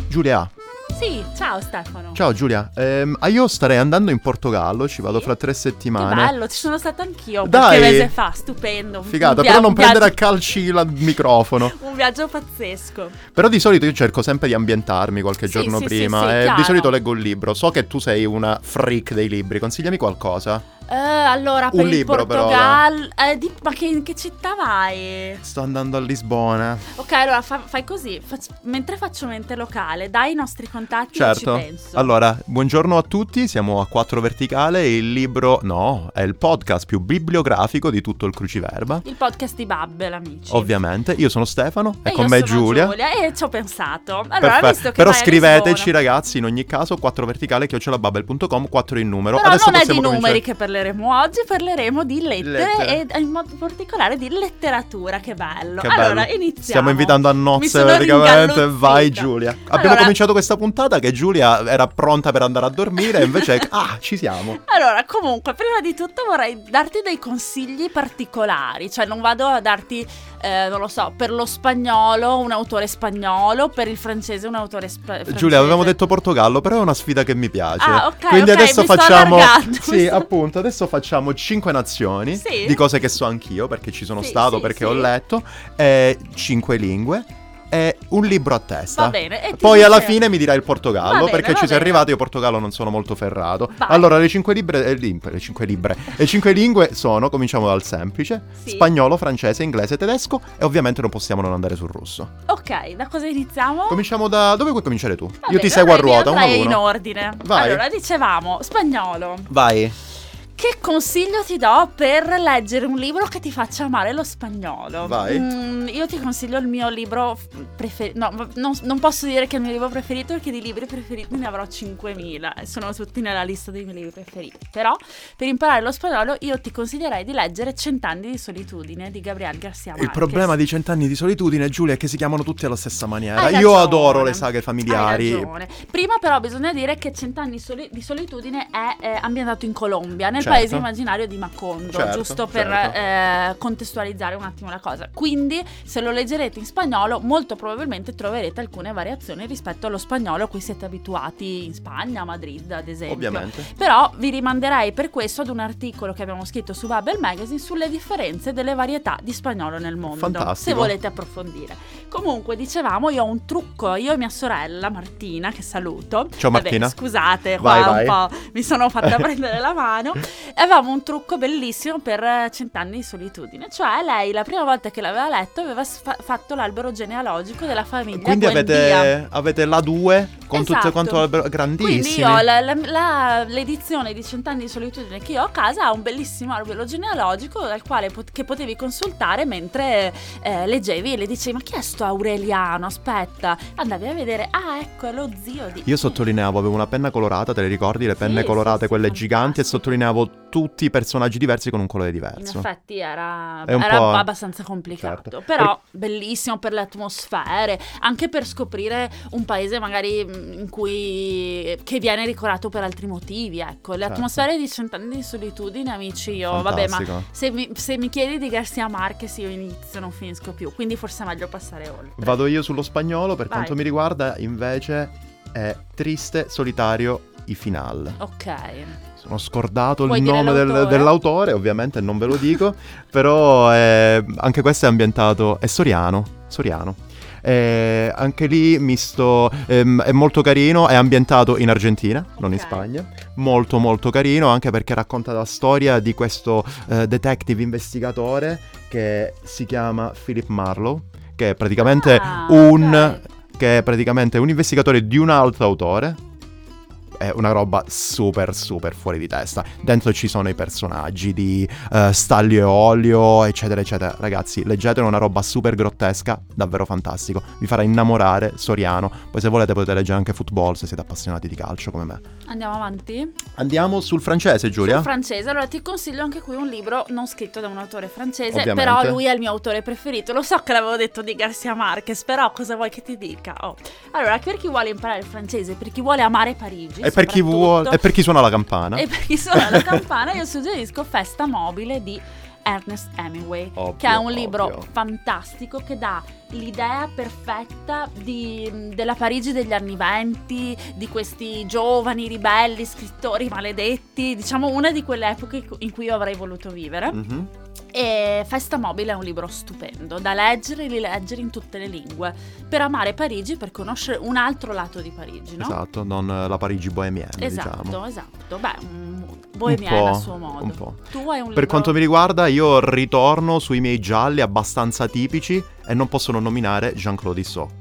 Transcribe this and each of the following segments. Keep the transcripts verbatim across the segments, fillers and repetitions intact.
Giulia. Sì, ciao Stefano. Ciao Giulia, ehm, io starei andando in Portogallo, ci vado sì? fra tre settimane. Che bello, ci sono stata anch'io Dai. qualche mese fa, stupendo. Figata, via- però non viaggio... prendere a calci il microfono. Un viaggio pazzesco. Però di solito io cerco sempre di ambientarmi qualche sì, giorno sì, prima sì, sì, e chiaro. di solito leggo un libro. So che tu sei una freak dei libri, consigliami qualcosa. Uh, allora, per Un il libro, Portogallo, eh, di... ma che, in che città vai? Sto andando a Lisbona. Ok, allora fa- fai così, Fac- mentre faccio mente locale, dai i nostri contatti Certo. e ci penso. Allora, buongiorno a tutti, siamo a Quattro Verticale, il libro, no, è il podcast più bibliografico di tutto il Cruciverba. Il podcast di Babbel, amici. Ovviamente, io sono Stefano e, E con io me sono Giulia. Giulia e ci ho pensato. Allora, Perfetto. visto che Però vai a scriveteci Lisbona... ragazzi, in ogni caso, quattro verticale chiocciola babbel punto com, quattro in numero. Però Adesso non è di possiamo numeri cominciare. che parleremo oggi, parleremo di lettere, Lettere. e in modo particolare di letteratura, che bello. Che allora, bello. iniziamo. Stiamo invitando a Mi nozze sono praticamente. ringalluzzita. Vai Giulia. Abbiamo Allora- cominciato questa puntata che Giulia era pronta per andare a dormire e invece ah, ci siamo. Allora, comunque, prima di tutto vorrei darti dei consigli particolari, cioè non vado a darti, eh, non lo so, per lo spagnolo un autore spagnolo, per il francese un autore spa- francese. Giulia, avevamo detto Portogallo, però è una sfida che mi piace. Ah, ok, Quindi ok, adesso mi sto facciamo allargando. Sì, appunto, adesso facciamo cinque nazioni Sì. di cose che so anch'io perché ci sono Sì, stato, sì, perché sì. ho letto, e cinque lingue e un libro a testa. Va bene, e ti Poi alla dicevo- fine mi dirai il Portogallo, Va bene, perché va ci sei bene. arrivato, io Portogallo non sono molto ferrato. Vai. Allora, le cinque libre, eh, lim- le cinque libre, le cinque lingue sono, cominciamo dal semplice, Sì. spagnolo, francese, inglese, tedesco e ovviamente non possiamo non andare sul russo. Ok, da cosa iniziamo? Cominciamo da... dove vuoi cominciare tu? Va Io bene, ti seguo a allora ruota, uno ad andrei in uno. ordine. Vai. Allora, dicevamo, spagnolo. Vai. Che consiglio ti do per leggere un libro che ti faccia amare lo spagnolo? Vai. Mm, io ti consiglio il mio libro preferito. No, non, non posso dire che è il mio libro preferito, perché di libri preferiti ne avrò cinquemila e sono tutti nella lista dei miei libri preferiti. Però, per imparare lo spagnolo, io ti consiglierei di leggere Cent'anni di solitudine di Gabriel García Márquez. Il problema di Cent'anni di solitudine, Giulia, è che si chiamano tutti alla stessa maniera. Hai Io ragione. adoro le saghe familiari. Hai ragione. Prima però bisogna dire che Cent'anni soli- di solitudine è eh, ambientato in Colombia, nel Certo. paese immaginario di Macondo, Certo, giusto per certo. eh, contestualizzare un attimo la cosa. Quindi se lo leggerete in spagnolo molto probabilmente troverete alcune variazioni rispetto allo spagnolo a cui siete abituati in Spagna, a Madrid ad esempio. Ovviamente. Però vi rimanderei per questo ad un articolo che abbiamo scritto su Babbel Magazine sulle differenze delle varietà di spagnolo nel mondo, Fantastico. se volete approfondire. Comunque dicevamo, io ho un trucco, io e mia sorella Martina, che saluto. Ciao Vabbè, Martina. scusate, Vai, qua vai. un po' mi sono fatta prendere la mano. E avevamo un trucco bellissimo per eh, Cent'anni di solitudine, cioè lei la prima volta che l'aveva letto aveva sfa- fatto l'albero genealogico della famiglia Quindi Buendia. avete, avete la due con Esatto. tutte quanto l'albero, Quindi grandissimi. io la, la- la- l'edizione di Cent'anni di solitudine che io ho a casa ha un bellissimo albero genealogico dal quale pot- che potevi consultare mentre eh, leggevi e le dicevi: ma chi è sto Aureliano? Aspetta, andavi a vedere, ah ecco è lo zio di... Io sottolineavo, avevo una penna colorata, te le ricordi? Le penne Sì, colorate, sì, quelle sì, giganti, e fantastico. sottolineavo tutti i personaggi diversi con un colore In diverso. effetti era, È un era po'- abbastanza complicato, Certo. però bellissimo per le atmosfere, anche per scoprire un paese magari mh, in cui che viene ricordato per altri motivi, ecco. Le Certo. atmosfere di Cent'anni di solitudine, amici, io vabbè, ma Fantastico. se mi, se mi chiedi di García Márquez io inizio, non finisco più, quindi forse è meglio passare oltre. Vado io sullo spagnolo, per Vai. quanto mi riguarda, invece è Triste, solitario y final. Ok. Sono scordato Puoi il dire nome del- l'autore? dell'autore, ovviamente non ve lo dico, però è- anche questo è ambientato, è Soriano, Soriano. Eh, anche lì misto, ehm, è molto carino, è ambientato in Argentina, non in Ok. Spagna, molto molto carino, anche perché racconta la storia di questo eh, detective investigatore che si chiama Philip Marlowe, che è praticamente Ah, un ok. che è praticamente un investigatore di un altro autore. È una roba super super fuori di testa. Dentro ci sono i personaggi di eh, Staglio e Olio, eccetera eccetera. Ragazzi, leggetelo, è una roba super grottesca, davvero fantastico. Vi farà innamorare Soriano. Poi se volete potete leggere anche Football se siete appassionati di calcio come me. Andiamo avanti. Andiamo sul francese, Giulia. Sul francese, allora ti consiglio anche qui un libro non scritto da un autore francese, Ovviamente. però lui è il mio autore preferito. Lo so che l'avevo detto di García Márquez, però cosa vuoi che ti dica? Oh. Allora, per chi vuole imparare il francese, per chi vuole amare Parigi, E per chi soprattutto, vuole, e per chi suona la campana. e per chi suona la campana, io suggerisco Festa Mobile di Ernest Hemingway, Ovvio, che è un libro ovvio. fantastico che dà l'idea perfetta di, della Parigi degli anni venti, di questi giovani ribelli, scrittori maledetti, diciamo una di quelle epoche in cui io avrei voluto vivere. Mhm. E Festa Mobile è un libro stupendo da leggere e rileggere in tutte le lingue, per amare Parigi, per conoscere un altro lato di Parigi, no? Esatto, non la Parigi bohemienne, Esatto, diciamo. esatto. Beh, un bohemienne a suo modo. Un po'. Tu hai un Per libro... quanto mi riguarda, io ritorno sui miei gialli abbastanza tipici e non posso non nominare Jean-Claude Issot,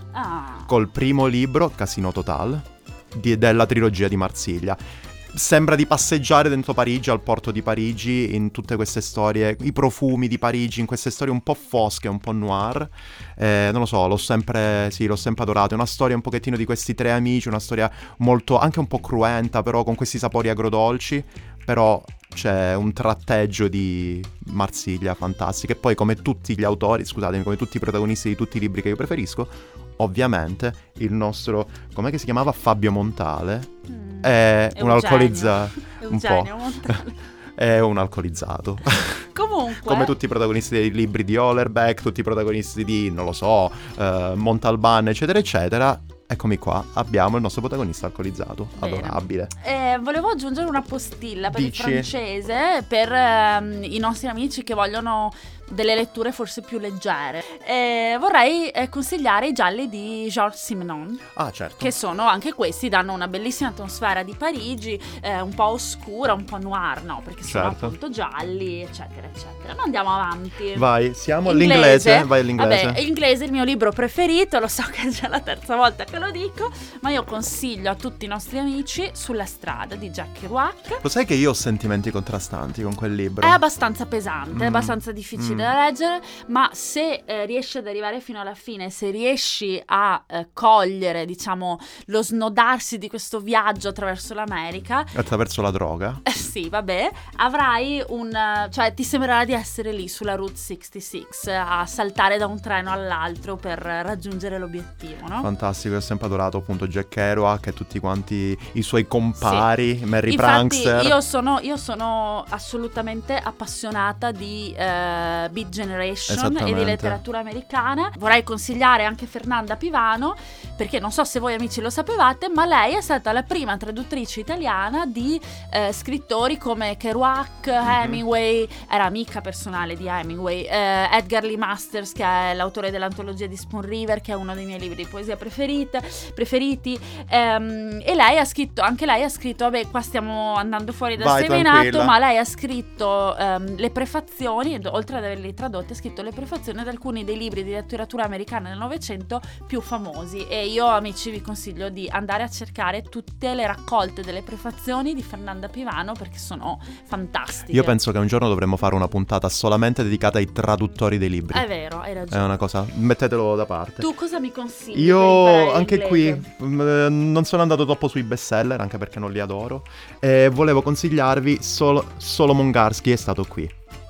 Ah, col primo libro, Casino Total, di- della trilogia di Marsiglia. Sembra di passeggiare dentro Parigi, al porto di Parigi, in tutte queste storie, i profumi di Parigi, in queste storie un po' fosche, un po' noir. Eh, non lo so, l'ho sempre, sì, l'ho sempre adorato. È una storia un pochettino di questi tre amici, una storia molto, anche un po' cruenta, però con questi sapori agrodolci. Però c'è un tratteggio di Marsiglia fantastico. E poi, come tutti gli autori, scusatemi, come tutti i protagonisti di tutti i libri che io preferisco, ovviamente il nostro, com'è che si chiamava? Fabio Montale. mm. È un Eugenio. alcolizzato. Un Eugenio po'. Montale. È un alcolizzato. Comunque, Come tutti i protagonisti dei libri di Hollerbeck, tutti i protagonisti di, non lo so, eh, Montalban, eccetera, eccetera. Eccomi qua, abbiamo il nostro protagonista alcolizzato, Bene. adorabile. Eh, volevo aggiungere una postilla per Dici? il francese, per ehm, i nostri amici che vogliono delle letture forse più leggere. Eh, vorrei eh, consigliare i gialli di Georges Simenon, Ah, certo. che sono anche questi, danno una bellissima atmosfera di Parigi, eh, un po' oscura, un po' noir, no? Perché sono Certo. appunto gialli, eccetera, eccetera. Ma andiamo avanti. Vai, siamo Inglese. all'inglese, vai all'inglese. Vabbè, l'inglese è il mio libro preferito, lo so che è già la terza volta che lo dico, ma io consiglio a tutti i nostri amici Sulla strada di Jack Kerouac. Lo sai che io ho sentimenti contrastanti con quel libro? È abbastanza pesante, è Mm, abbastanza difficile mm. da leggere, ma se eh, riesci ad arrivare fino alla fine, se riesci a eh, cogliere, diciamo, lo snodarsi di questo viaggio attraverso l'America, Attraverso la droga. eh, sì, vabbè, avrai un... eh, cioè ti sembrerà di essere lì sulla Route sessantasei a saltare da un treno all'altro per raggiungere l'obiettivo, no? Fantastico, io ho sempre adorato appunto Jack Kerouac e tutti quanti i suoi compari, Mary Infatti Prankster. io sono, io sono assolutamente appassionata di eh, Beat Generation e di Esattamente. letteratura americana. Vorrei consigliare anche Fernanda Pivano, perché non so se voi amici lo sapevate, ma lei è stata la prima traduttrice italiana di eh, scrittori come Kerouac, Hemingway, era amica personale di Hemingway, eh, Edgar Lee Masters, che è l'autore dell'antologia di Spoon River, che è uno dei miei libri di poesia preferite, preferiti, ehm, e lei ha scritto, anche lei ha scritto, vabbè, qua stiamo andando fuori dal Vai, seminato, tranquilla. ma lei ha scritto ehm, le prefazioni, oltre ad averli tradotti, ha scritto le prefazioni ad alcuni dei libri di letteratura americana del Novecento più famosi, e io, amici, vi consiglio di andare a cercare tutte le raccolte delle prefazioni di Fernanda Pivano, perché sono fantastiche. Io penso che un giorno dovremmo fare una puntata solamente dedicata ai traduttori dei libri. È vero, hai È ragione. una cosa, mettetelo da parte. Tu cosa mi consigli? per Io imparare anche qui l'inglese? mm, eh, non sono andato troppo sui bestseller, anche perché non li adoro. E volevo consigliarvi Sol- Solomon Garsky è stato qui.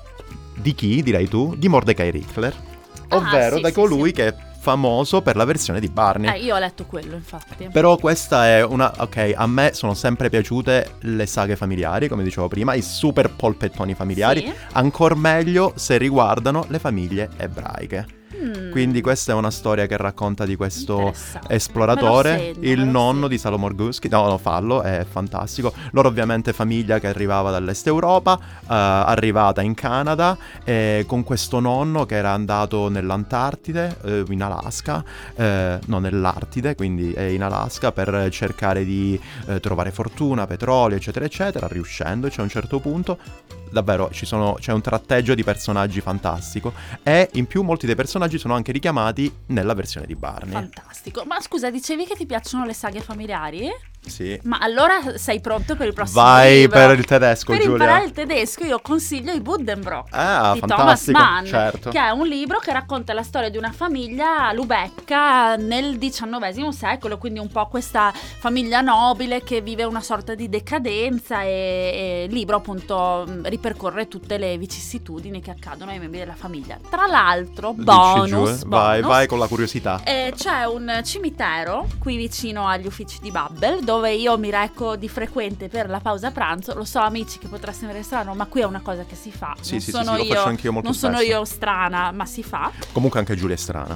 Di chi, direi tu? Di Mordecai Richler. Ah, Ovvero sì, da sì, colui sì. che è famoso per la versione di Barney. Eh, io ho letto quello, infatti. Però questa è una... Ok, a me sono sempre piaciute le saghe familiari, come dicevo prima, i super polpettoni familiari. Sì. Ancor meglio se riguardano le famiglie ebraiche. Mm. Quindi questa è una storia che racconta di questo Interessante. esploratore, Me lo segno, il me lo nonno segno. di Salomon Gusky. No, no, fallo, è fantastico. Loro ovviamente famiglia che arrivava dall'est Europa, eh, arrivata in Canada, eh, con questo nonno che era andato nell'Antartide, eh, in Alaska, eh, no, nell'Artide, quindi è in Alaska, per cercare di eh, trovare fortuna, petrolio, eccetera, eccetera, riuscendoci a un certo punto. Davvero, ci sono, c'è un tratteggio di personaggi fantastico, e in più molti dei personaggi sono anche richiamati nella versione di Barney. Fantastico. Ma scusa, dicevi che ti piacciono le saghe familiari? Sì. Ma allora sei pronto per il prossimo Vai libro? per il tedesco, Per Giulia. imparare il tedesco io consiglio i Buddenbrook Ah, di Thomas fantastico, Mann, certo. che è un libro che racconta la storia di una famiglia lubecca nel diciannovesimo secolo, quindi un po' questa famiglia nobile che vive una sorta di decadenza, e, e il libro appunto mh, ripercorre tutte le vicissitudini che accadono ai membri della famiglia. Tra l'altro, Dici, bonus, Giù, eh? Vai, bonus, vai con la curiosità. eh, c'è un cimitero qui vicino agli uffici di Babbel dove io mi reco di frequente per la pausa pranzo. Lo so, amici, che potrà sembrare strano, ma qui è una cosa che si fa. Sì, non sì, sono sì, sì, io, lo faccio anch'io molto non spesso. sono io strana, ma si fa. Comunque anche Giulia è strana.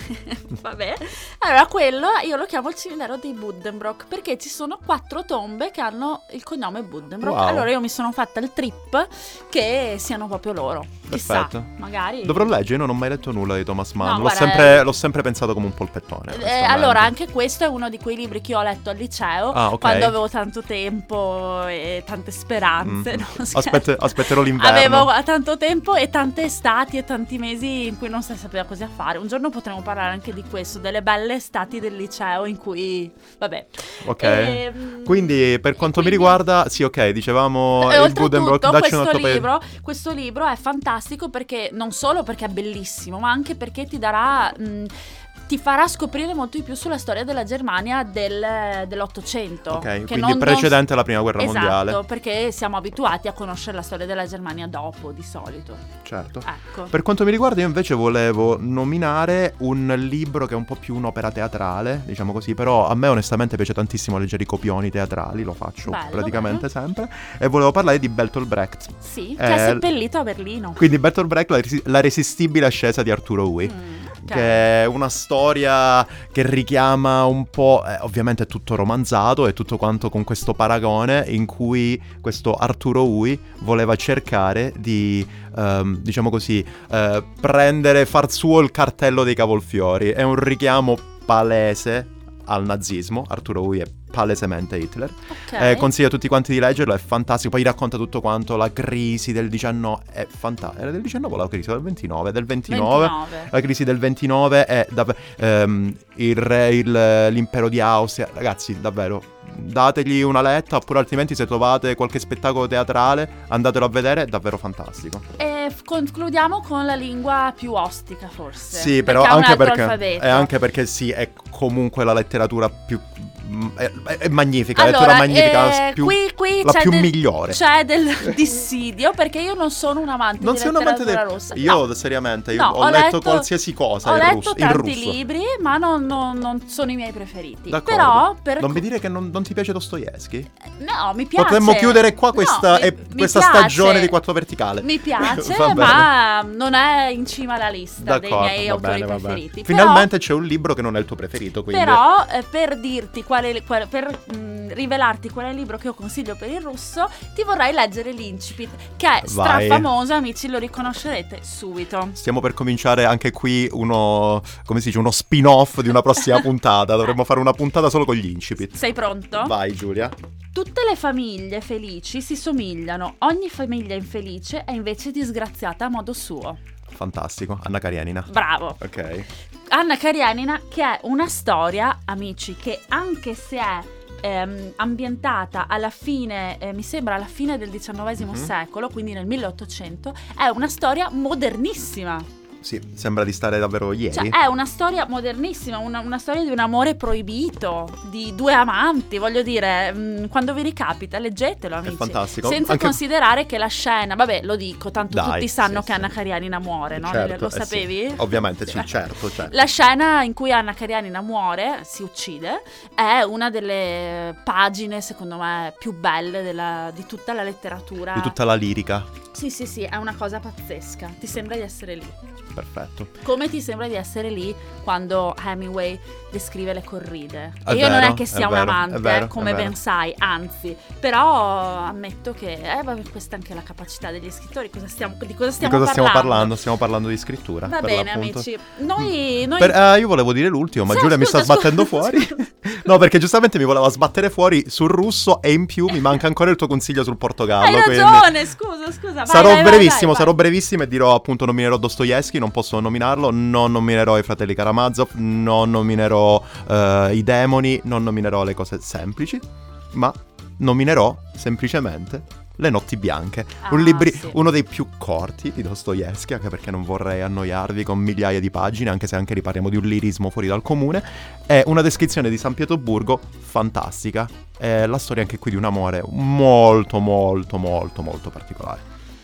Vabbè. Allora, quello io lo chiamo il cimitero dei Buddenbrook, perché ci sono quattro tombe che hanno il cognome Buddenbrook. Wow. Allora io mi sono fatta il trip che siano proprio loro. Chissà, Perfetto. magari. Dovrò leggere, io non ho mai letto nulla di Thomas Mann. No, l'ho, guarda, sempre, l'ho sempre pensato come un polpettone. Eh, onestamente. allora, anche questo è uno di quei libri che io ho letto al liceo, Ah, ok. quando avevo tanto tempo e tante speranze. Mm. No, scherzo. Aspetta- aspetterò l'inverno. Avevo tanto tempo e tante estati e tanti mesi in cui non si sapeva cosa fare. Un giorno potremo parlare anche di questo, delle belle estati del liceo in cui, vabbè. Ok. E, Quindi per quanto quindi- mi riguarda, sì, ok, dicevamo E il oltretutto Buddenbrook, dacci un questo altro paio. libro, questo libro è fantastico perché non solo perché è bellissimo, ma anche perché ti darà mh, ti farà scoprire molto di più sulla storia della Germania del, dell'Ottocento. Ok, che quindi non- precedente alla prima guerra esatto, mondiale. perché siamo abituati a conoscere la storia della Germania dopo, di solito. Certo. Ecco. Per quanto mi riguarda, io invece volevo nominare un libro che è un po' più un'opera teatrale, diciamo così, però a me onestamente piace tantissimo leggere i copioni teatrali, lo faccio Bello, praticamente bello. sempre, e volevo parlare di Bertolt Brecht. Sì, che Eh, è seppellito a Berlino. Quindi Bertolt Brecht, la, resi- la resistibile ascesa di Arturo Ui. Mm, ok. Che è una storia che richiama un po', eh, ovviamente è tutto romanzato, è tutto quanto con questo paragone in cui questo Arturo Ui voleva cercare di, ehm, diciamo così, eh, prendere, far suo il cartello dei cavolfiori. È un richiamo palese al nazismo. Arturo Ui è palesemente Hitler. Ok. Eh, consiglio a tutti quanti di leggerlo, è fantastico. Poi racconta tutto quanto, la crisi del diciannove. È fantastico. Era del diciannove o la crisi del ventinove? Del ventinove. ventinove. La crisi del ventinove è dav- ehm, il re, il- l'impero di Austria. Ragazzi, davvero, dategli una letta, oppure altrimenti se trovate qualche spettacolo teatrale, andatelo a vedere, è davvero fantastico. E f- concludiamo con la lingua più ostica, forse. Sì, però perché ha un anche altro perché, alfabeto. è anche perché sì, è comunque la letteratura più... È, è- è magnifica, la Allora, lettura magnifica, eh, più, qui, qui la c'è più del, migliore. C'è del dissidio, perché io non sono un amante Non di sei un amante letteratura del... russa. Io No. seriamente, io No, ho, ho letto, letto- qualsiasi cosa Ho in, letto russo, in tanti russo. libri, ma non, non- non sono i miei preferiti. D'accordo. Però per Non mi dire che non, non ti piace Dostoevsky? No, mi piace. Potremmo chiudere qua questa, No, mi- e- mi questa piace. stagione di Quattro Verticale. Mi piace, Va bene. ma non è in cima alla lista dei D'accordo, miei va autori bene, va bene. preferiti. Finalmente c'è un libro che non è il tuo preferito, quindi... Però, eh, per dirti quale, qual- per mh, rivelarti qual è il libro che io consiglio per il russo, ti vorrei leggere l'Incipit, che è Vai. strafamoso, amici, lo riconoscerete subito. Stiamo per cominciare anche qui uno, come si dice, uno spin-off di una prossima puntata. Dovremmo fare una puntata solo con gli incipit. Sei pronto? Vai Giulia. Tutte le famiglie felici si somigliano, ogni famiglia infelice è invece disgraziata a modo suo. Fantastico, Anna Karenina. Bravo. Ok. Anna Karenina, che è una storia, amici, che anche se è ehm, ambientata alla fine, eh, mi sembra alla fine del diciannovesimo Mhm. secolo, quindi nel milleottocento, è una storia modernissima. Sì, sembra di stare davvero ieri. Cioè è una storia modernissima, una, una storia di un amore proibito, di due amanti, voglio dire, mh, quando vi ricapita leggetelo, amici. fantastico. Senza Anche- considerare che la scena, vabbè, lo dico, tanto Dai, tutti sanno sì, che sì. Anna Karenina muore, no? Certo, Lo eh sì. sapevi? Ovviamente sì, Sì. certo, certo. La scena in cui Anna Karenina muore, si uccide, è una delle pagine, secondo me, più belle della- di tutta la letteratura. Di tutta la lirica. Sì, sì, sì, è una cosa pazzesca. Ti sembra di essere lì. Perfetto. Come ti sembra di essere lì quando Hemingway descrive le corride? È E io non vero, è che è sia un vero, amante, è vero, eh, come è vero. ben sai, anzi, però ammetto che eh, vabbè, questa è anche la capacità degli scrittori. Cosa stiamo, di cosa stiamo di cosa stiamo parlando? parlando? Stiamo parlando di scrittura. Va per bene, l'appunto. amici. Noi, noi... Per- eh, io volevo dire l'ultimo, ma Sì, Giulia mi scusa, sta sbattendo scusa, fuori. scusa. No, perché giustamente mi voleva sbattere fuori sul russo e in più mi manca ancora il tuo consiglio sul Portogallo. Hai quindi ragione, scusa, scusa. Vai, sarò vai, vai, brevissimo, vai, sarò vai. brevissimo e dirò appunto nominerò Dostoevsky, non posso nominarlo, non nominerò i fratelli Karamazov, non nominerò eh, i demoni, non nominerò le cose semplici, ma nominerò semplicemente Le notti bianche, un Ah, libri, sì. uno dei più corti di Dostoevsky, anche perché non vorrei annoiarvi con migliaia di pagine, anche se anche riparliamo di un lirismo fuori dal comune. È una descrizione di San Pietroburgo fantastica, è la storia anche qui di un amore molto molto molto molto particolare.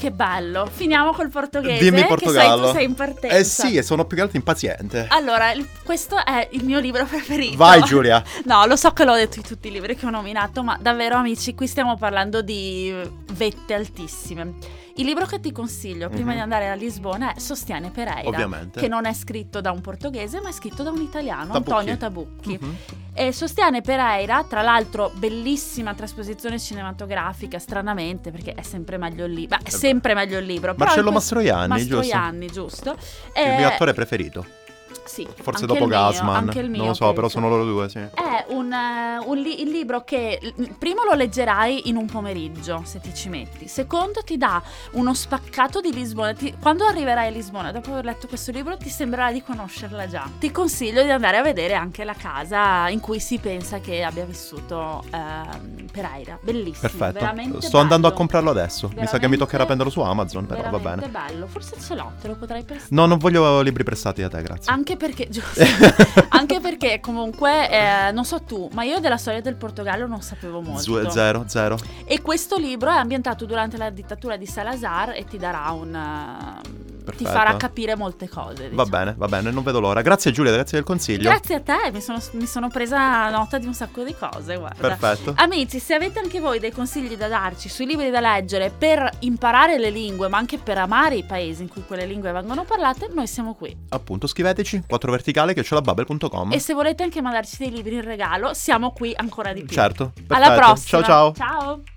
Che bello. Finiamo col portoghese. Dimmi Che Portogallo. sai, tu sei in partenza. Eh sì, e sono più che altro impaziente. Allora, il- questo è il mio libro preferito. Vai Giulia. No, lo so che l'ho detto in tutti i libri che ho nominato, ma davvero amici, qui stiamo parlando di vette altissime. Il libro che ti consiglio prima Mhm. di andare a Lisbona è Sostiene Pereira, Ovviamente. che non è scritto da un portoghese ma è scritto da un italiano, Tabucchi. Antonio Tabucchi. Mhm. E Sostiene Pereira, tra l'altro bellissima trasposizione cinematografica, stranamente, perché è sempre meglio il libro. Beh, è sempre meglio il libro. però Marcello in que- Mastroianni, giusto? Mastroianni, giusto? Il Eh, mio attore preferito. Sì, Forse anche dopo il mio, Gasman. anche il mio, non lo so, però penso. sono loro due, sì. È un, eh, un li- il libro che l- primo lo leggerai in un pomeriggio, se ti ci metti. Secondo, ti dà uno spaccato di Lisbona. Ti- quando arriverai a Lisbona, dopo aver letto questo libro, ti sembrerà di conoscerla già. Ti consiglio di andare a vedere anche la casa in cui si pensa che abbia vissuto ehm, Pereira. Bellissimo, Perfetto. veramente Sto andando a bello. comprarlo adesso. Mi sa che mi Veramente- toccherà prenderlo su Amazon, però va veramente bene. bello. Forse ce l'ho, te lo potrai prestare. No, non voglio libri prestati da te, grazie. Anche perché, giusto, anche perché comunque, eh, non so tu, ma io della storia del Portogallo non sapevo molto. Zu- zero, zero. E questo libro è ambientato durante la dittatura di Salazar e ti darà un... eh, ti Perfetto. farà capire molte cose. Va diciamo. bene, va bene, non vedo l'ora. Grazie Giulia, grazie del consiglio. Grazie a te, mi sono, mi sono presa nota di un sacco di cose, guarda. Perfetto. Amici, se avete anche voi dei consigli da darci sui libri da leggere per imparare le lingue, ma anche per amare i paesi in cui quelle lingue vengono parlate, noi siamo qui. Appunto, scriveteci quattro verticale chiocciola babbel punto com. E se volete anche mandarci dei libri in regalo, siamo qui ancora di più. Certo. Alla perfetto. prossima. Ciao ciao. Ciao.